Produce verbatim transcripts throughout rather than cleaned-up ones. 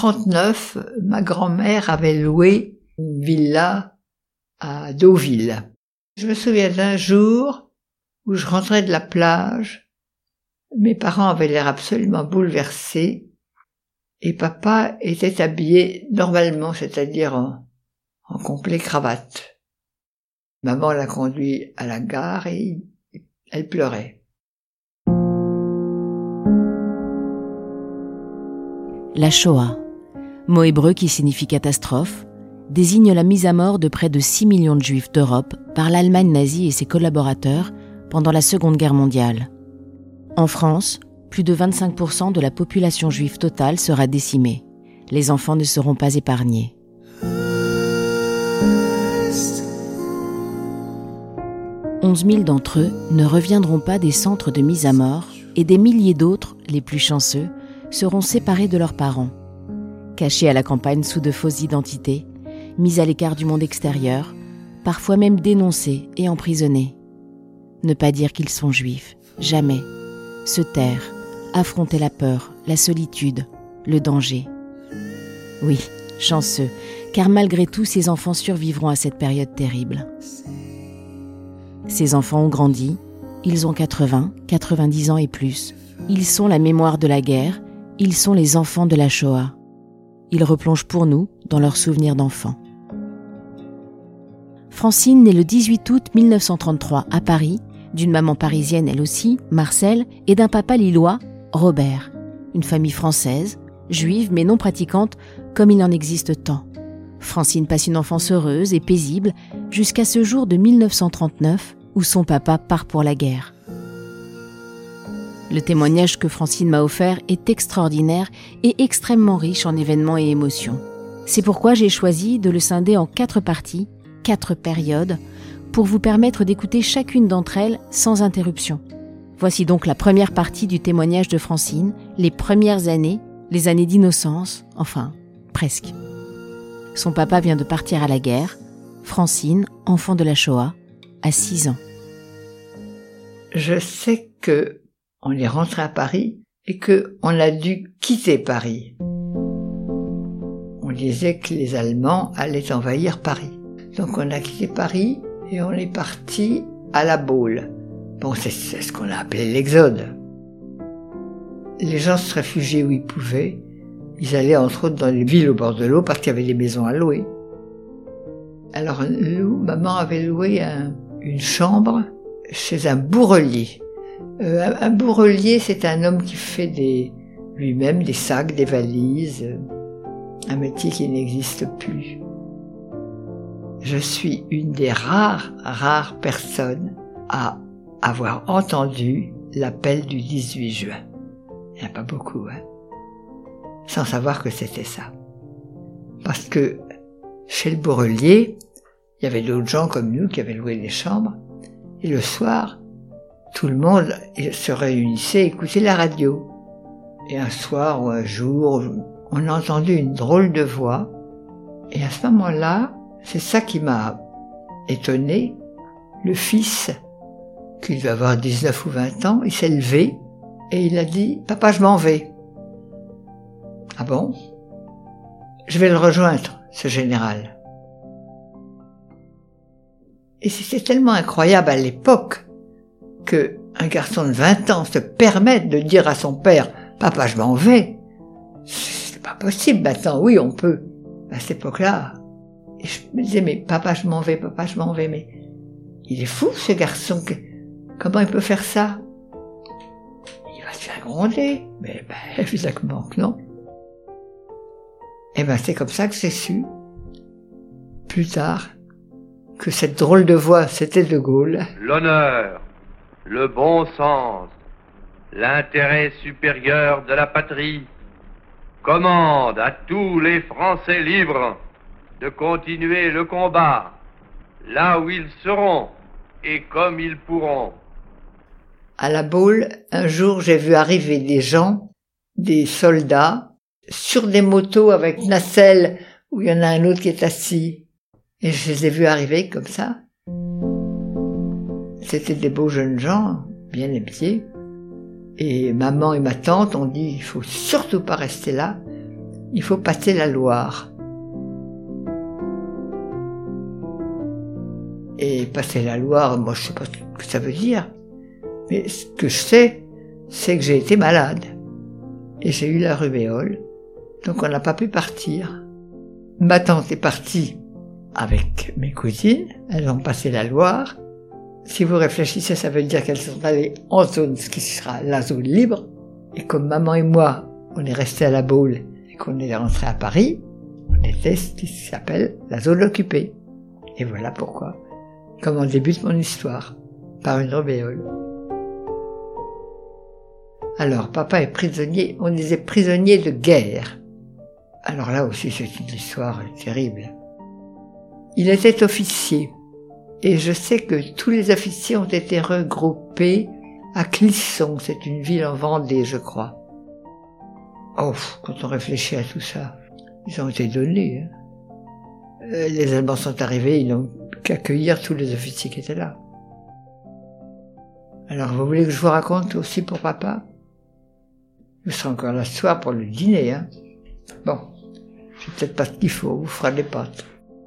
trente-neuf, ma grand-mère avait loué une villa à Deauville. Je me souviens d'un jour où je rentrais de la plage. Mes parents avaient l'air absolument bouleversés et papa était habillé normalement, c'est-à-dire en, en complet cravate. Maman l'a conduit à la gare et elle pleurait. La Shoah, mot hébreu qui signifie catastrophe, désigne la mise à mort de près de six millions de Juifs d'Europe par l'Allemagne nazie et ses collaborateurs pendant la Seconde Guerre mondiale. En France, plus de vingt-cinq pour cent de la population juive totale sera décimée. Les enfants ne seront pas épargnés. onze mille d'entre eux ne reviendront pas des centres de mise à mort et des milliers d'autres, les plus chanceux, seront séparés de leurs parents. Cachés à la campagne sous de fausses identités, mis à l'écart du monde extérieur, parfois même dénoncés et emprisonnés. Ne pas dire qu'ils sont juifs, jamais. Se taire, affronter la peur, la solitude, le danger. Oui, chanceux, car malgré tout, ces enfants survivront à cette période terrible. Ces enfants ont grandi, ils ont quatre-vingts, quatre-vingt-dix ans et plus. Ils sont la mémoire de la guerre, ils sont les enfants de la Shoah. Ils replongent pour nous dans leurs souvenirs d'enfants. Francine naît le dix-huit août mille neuf cent trente-trois à Paris, d'une maman parisienne elle aussi, Marcel, et d'un papa lillois, Robert. Une famille française, juive mais non pratiquante, comme il en existe tant. Francine passe une enfance heureuse et paisible jusqu'à ce jour de mille neuf cent trente-neuf où son papa part pour la guerre. Le témoignage que Francine m'a offert est extraordinaire et extrêmement riche en événements et émotions. C'est pourquoi j'ai choisi de le scinder en quatre parties, quatre périodes, pour vous permettre d'écouter chacune d'entre elles sans interruption. Voici donc la première partie du témoignage de Francine, les premières années, les années d'innocence, enfin, presque. Son papa vient de partir à la guerre. Francine, enfant de la Shoah, a six ans. Je sais que on est rentré à Paris et que on a dû quitter Paris. On disait que les Allemands allaient envahir Paris. Donc on a quitté Paris et on est parti à La Baule. Bon, c'est, c'est ce qu'on a appelé l'exode. Les gens se réfugiaient où ils pouvaient. Ils allaient entre autres dans les villes au bord de l'eau parce qu'il y avait des maisons à louer. Alors nous, maman avait loué un, une chambre chez un bourrelier. Euh, un, un bourrelier, c'est un homme qui fait des, lui-même des sacs, des valises, euh, un métier qui n'existe plus. Je suis une des rares, rares personnes à avoir entendu l'appel du dix-huit juin. Il n'y en a pas beaucoup, hein. Sans savoir que c'était ça. Parce que chez le bourrelier, il y avait d'autres gens comme nous qui avaient loué des chambres, et le soir, tout le monde se réunissait et écoutait la radio. Et un soir ou un jour, on a entendu une drôle de voix, et à ce moment-là, c'est ça qui m'a étonné, le fils, qui devait avoir dix-neuf ou vingt ans, il s'est levé, et il a dit « Papa, je m'en vais ». Ah bon? Je vais le rejoindre, ce général. Et c'était tellement incroyable à l'époque que un garçon de vingt ans se permette de dire à son père « Papa, je m'en vais ». C'est pas possible maintenant, oui, on peut. À cette époque-là, et je me disais « Mais papa, je m'en vais, papa, je m'en vais ». Mais il est fou, ce garçon. Comment il peut faire ça? Il va se faire gronder. Mais ben, évidemment que non. Et ben c'est comme ça que j'ai su, plus tard, que cette drôle de voix, c'était De Gaulle. L'honneur, le bon sens, l'intérêt supérieur de la patrie commande à tous les Français libres de continuer le combat là où ils seront et comme ils pourront. À La Baule, un jour, j'ai vu arriver des gens, des soldats, sur des motos avec nacelle où il y en a un autre qui est assis. Et je les ai vus arriver comme ça. C'était des beaux jeunes gens, bien habillés. Et maman et ma tante ont dit, il faut surtout pas rester là. il faut passer la Loire. Et passer la Loire, moi je sais pas ce que ça veut dire, mais ce que je sais, c'est que j'ai été malade. Et j'ai eu la rubéole, donc on n'a pas pu partir. Ma tante est partie avec mes cousines, elles ont passé la Loire. Si vous réfléchissez, ça veut dire qu'elles sont allées en zone, ce qui sera la zone libre. Et comme maman et moi, on est restés à la Baule et qu'on est rentrés à Paris, on était ce qui s'appelle la zone occupée. Et voilà pourquoi. Comment débute mon histoire, par une rubéole. Alors, papa est prisonnier, on disait prisonnier de guerre. Alors là aussi, c'est une histoire terrible. Il était officier, et je sais que tous les officiers ont été regroupés à Clisson, c'est une ville en Vendée, je crois. Oh, quand on réfléchit à tout ça, ils ont été donnés. Hein. Euh, les Allemands sont arrivés, ils n'ont qu'accueillir tous les officiers qui étaient là. Alors, vous voulez que je vous raconte aussi pour papa ? Vous serez encore là ce soir pour le dîner, hein. Bon, c'est peut-être pas ce qu'il faut, vous fera des pâtes.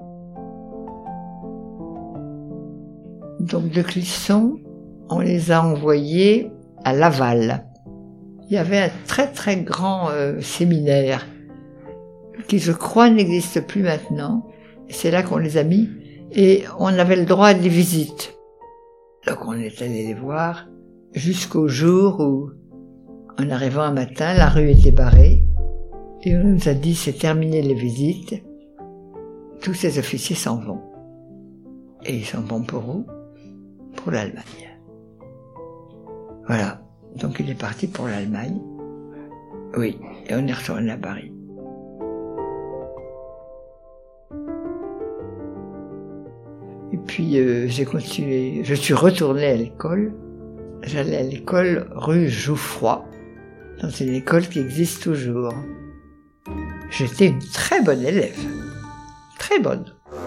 Donc de Clisson, on les a envoyés à Laval. Il y avait un très très grand euh, séminaire qui, je crois, n'existe plus maintenant. C'est là qu'on les a mis et on avait le droit à des visites. Donc on est allé les voir jusqu'au jour où, en arrivant un matin, la rue était barrée et on nous a dit c'est terminé les visites, tous ces officiers s'en vont. Et ils s'en vont pour où ? Pour l'Allemagne. Voilà, donc il est parti pour l'Allemagne. Oui, et on est retourné à Paris. Et puis euh, j'ai continué, je suis retourné à l'école. J'allais à l'école rue Jouffroy, dans une école qui existe toujours. J'étais une très bonne élève, très bonne.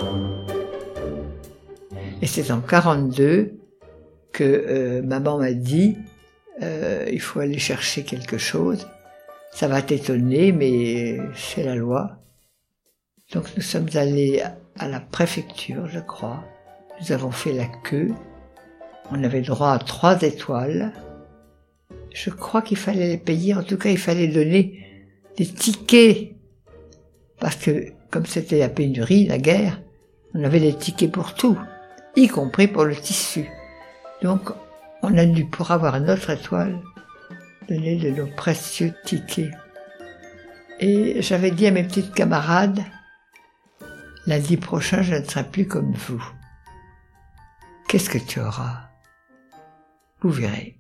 Et c'est en quarante-deux que euh, maman m'a dit euh, il faut aller chercher quelque chose. Ça va t'étonner, mais c'est la loi. Donc nous sommes allés à la préfecture, je crois. Nous avons fait la queue. On avait droit à trois étoiles. Je crois qu'il fallait les payer. En tout cas, il fallait donner des tickets. Parce que, comme c'était la pénurie, la guerre, on avait des tickets pour tout, y compris pour le tissu. Donc, on a dû, pour avoir notre étoile, donner de nos précieux tickets. Et j'avais dit à mes petites camarades, lundi prochain, je ne serai plus comme vous. Qu'est-ce que tu auras ? Vous verrez.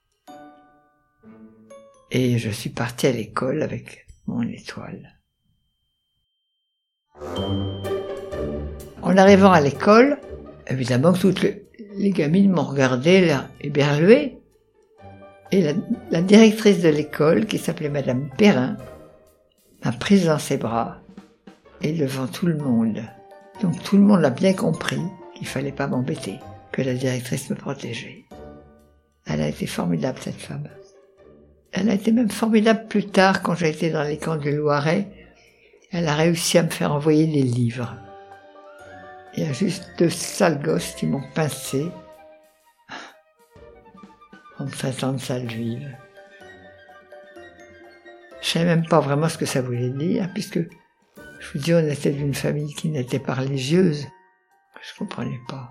Et je suis partie à l'école avec mon étoile. En arrivant à l'école, évidemment que toutes les, les gamines m'ont regardé là, éberluée. Et la, la directrice de l'école, qui s'appelait Madame Perrin, m'a prise dans ses bras et devant tout le monde. Donc tout le monde a bien compris qu'il fallait pas m'embêter, que la directrice me protégeait. Elle a été formidable, cette femme. Elle a été même formidable plus tard, quand j'ai été dans les camps du Loiret. Elle a réussi à me faire envoyer des livres. Il y a juste deux sales gosses qui m'ont pincé en me traitant de sale juive. Je savais même pas vraiment ce que ça voulait dire, puisque, je vous dis, on était d'une famille qui n'était pas religieuse. Je comprenais pas.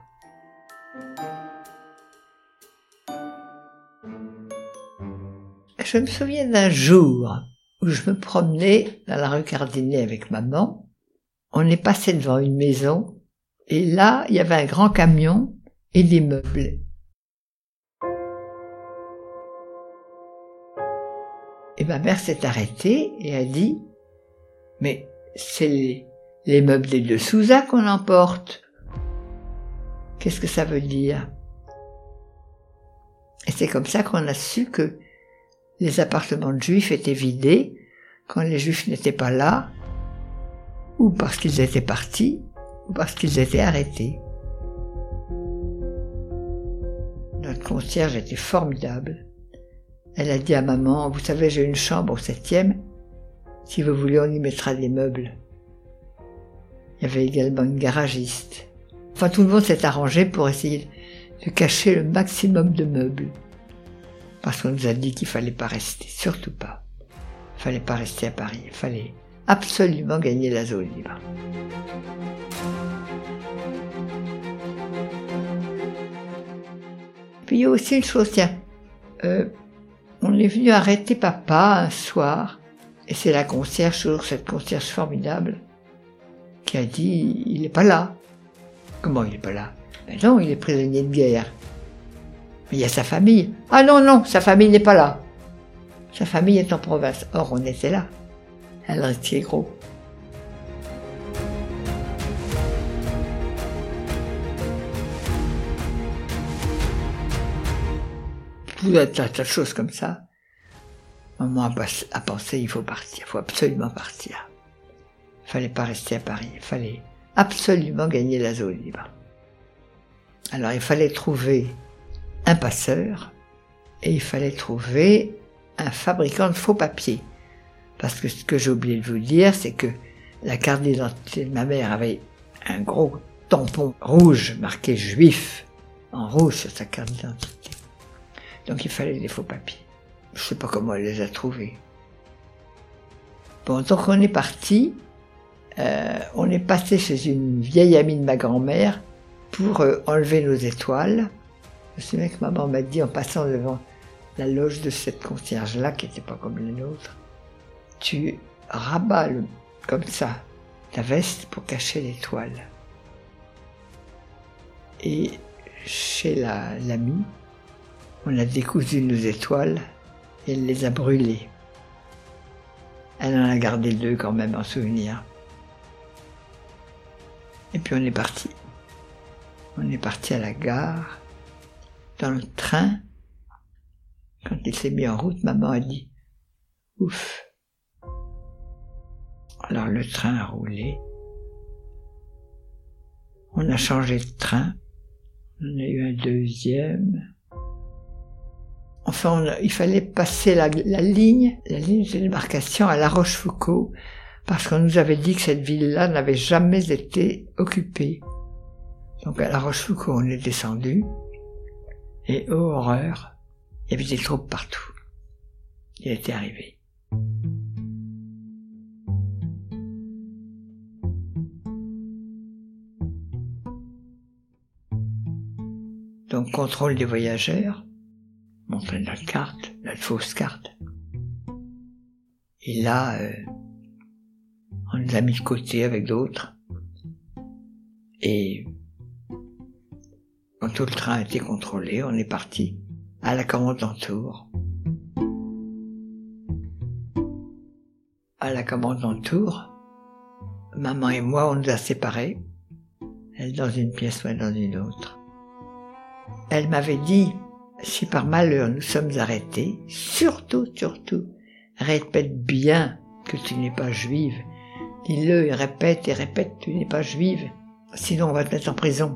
Je me souviens d'un jour où je me promenais dans la rue Cardinet avec maman. On est passé devant une maison et là, il y avait un grand camion et des meubles. Et ma mère s'est arrêtée et a dit « Mais c'est les, les meubles des deux Souza qu'on emporte. Qu'est-ce que ça veut dire ?» Et c'est comme ça qu'on a su que les appartements de juifs étaient vidés quand les juifs n'étaient pas là, ou parce qu'ils étaient partis, ou parce qu'ils étaient arrêtés. Notre concierge était formidable. Elle a dit à maman, vous savez, j'ai une chambre au septième, Si vous voulez, on y mettra des meubles. Il y avait également une garagiste. Enfin, tout le monde s'est arrangé pour essayer de cacher le maximum de meubles. Parce qu'on nous a dit qu'il fallait pas rester, surtout pas. Il fallait pas rester à Paris, il fallait absolument gagner la zone libre. Puis il y a aussi une chose, tiens, euh, on est venu arrêter papa un soir, et c'est la concierge, toujours cette concierge formidable, qui a dit, il n'est pas là. Comment il n'est pas là? Ben non, il est prisonnier de guerre. Mais il y a sa famille. Ah non, non, sa famille n'est pas là. Sa famille est en province. Or, on était là. Elle restait gros. Tout un tas de choses comme ça. Maman a, a pensé, il faut partir, il faut absolument partir. Il fallait pas rester à Paris, il fallait absolument gagner la zone libre. Alors il fallait trouver un passeur et il fallait trouver un fabricant de faux papiers. Parce que ce que j'ai oublié de vous dire, c'est que la carte d'identité de ma mère avait un gros tampon rouge marqué juif en rouge sur sa carte d'identité. Donc il fallait des faux papiers. Je sais pas comment elle les a trouvés. Bon, donc on est parti. Euh, on est passé chez une vieille amie de ma grand-mère pour euh, enlever nos étoiles. Je me souviens que maman m'a dit en passant devant la loge de cette concierge-là, qui n'était pas comme la nôtre, tu rabats le, comme ça ta veste pour cacher l'étoile. Et chez la, l'amie, on a décousu nos étoiles et elle les a brûlées. Elle en a gardé deux quand même en souvenir. Et puis on est parti. On est parti à la gare. Dans le train, quand il s'est mis en route, maman a dit « Ouf !» Alors le train a roulé. On a changé de train. On a eu un deuxième. Enfin, on a, il fallait passer la, la ligne, la ligne de démarcation à La Rochefoucauld, parce qu'on nous avait dit que cette ville-là n'avait jamais été occupée. Donc à La Rochefoucauld, on est descendu, et oh horreur, il y avait des troupes partout. Il était arrivé. Donc contrôle des voyageurs, montrer notre carte, notre fausse carte. Et là, euh, on nous a mis de côté avec d'autres. Et quand tout le train a été contrôlé, on est parti à la commande en Tours. À la commande en Tours, maman et moi, on nous a séparés. Elle dans une pièce, moi dans une autre. Elle m'avait dit, si par malheur nous sommes arrêtés, surtout, surtout, répète bien que tu n'es pas juive. Dis-le et répète et répète, tu n'es pas juive. Sinon on va te mettre en prison.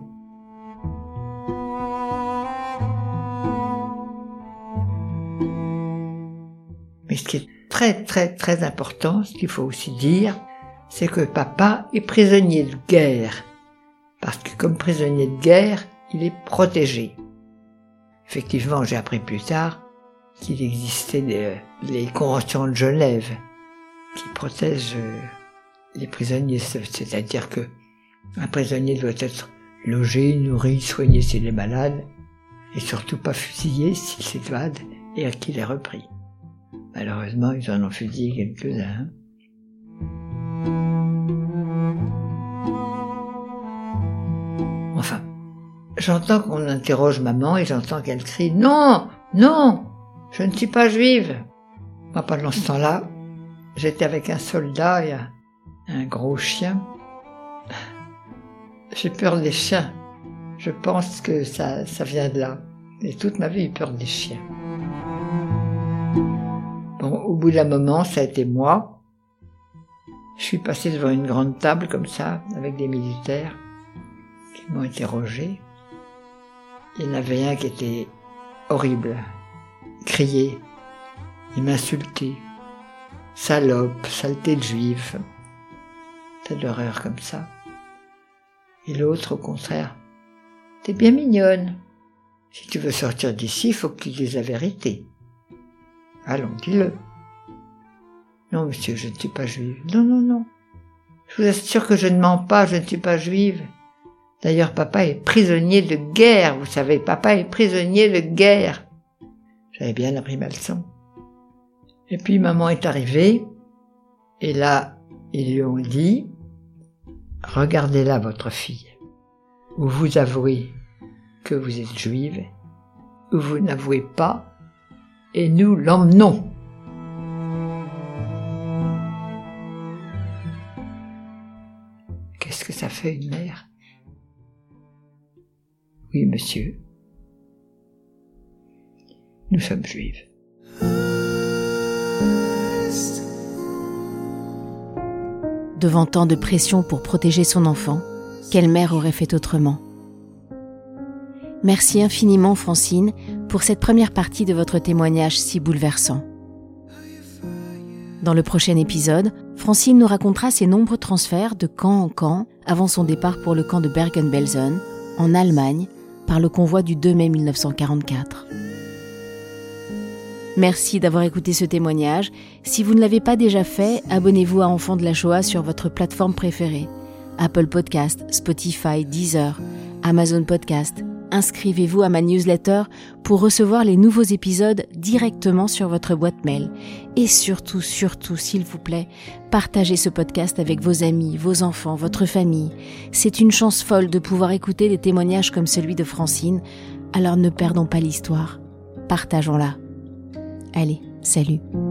Mais ce qui est très très très important, ce qu'il faut aussi dire, c'est que papa est prisonnier de guerre. Parce que comme prisonnier de guerre, il est protégé. Effectivement, j'ai appris plus tard qu'il existait des, les conventions de Genève qui protègent les prisonniers. C'est-à-dire que un prisonnier doit être logé, nourri, soigné s'il est malade, et surtout pas fusillé s'il s'évade et qu'il est repris. Malheureusement, ils en ont fusillé quelques-uns. Enfin, j'entends qu'on interroge maman et j'entends qu'elle crie « Non, non, je ne suis pas juive !» Moi, pendant ce temps-là, j'étais avec un soldat et un, un gros chien. J'ai peur des chiens. Je pense que ça, ça vient de là. Et toute ma vie, j'ai eu peur des chiens. Bon, au bout d'un moment, ça a été moi. Je suis passé devant une grande table comme ça, avec des militaires qui m'ont interrogé. Il y en avait un qui était horrible. Il criait, il m'insultait. salope, saleté de juif. T'as de l'horreur comme ça. Et l'autre, au contraire, t'es bien mignonne. Si tu veux sortir d'ici, il faut que tu dises la vérité. Allons, dis-le. Non, monsieur, je ne suis pas juive. Non, non, non. Je vous assure que je ne mens pas, je ne suis pas juive. D'ailleurs, papa est prisonnier de guerre, vous savez, papa est prisonnier de guerre. J'avais bien appris ma leçon. Et puis maman est arrivée, et là, ils lui ont dit, regardez là votre fille, ou vous avouez que vous êtes juive, ou vous n'avouez pas, et nous l'emmenons. Qu'est-ce que ça fait une mère? Oui, monsieur. Nous sommes juifs. Devant tant de pression pour protéger son enfant, quelle mère aurait fait autrement? Merci infiniment, Francine, pour cette première partie de votre témoignage si bouleversant. Dans le prochain épisode, Francine nous racontera ses nombreux transferts de camp en camp avant son départ pour le camp de Bergen-Belsen, en Allemagne, par le convoi du deux mai mille neuf cent quarante-quatre. Merci d'avoir écouté ce témoignage. Si vous ne l'avez pas déjà fait, abonnez-vous à Enfants de la Shoah sur votre plateforme préférée. Apple Podcast, Spotify, Deezer, Amazon Podcast. Inscrivez-vous à ma newsletter pour recevoir les nouveaux épisodes directement sur votre boîte mail. Et surtout, surtout, s'il vous plaît, partagez ce podcast avec vos amis, vos enfants, votre famille. C'est une chance folle de pouvoir écouter des témoignages comme celui de Francine. Alors ne perdons pas l'histoire. Partageons-la. Allez, salut.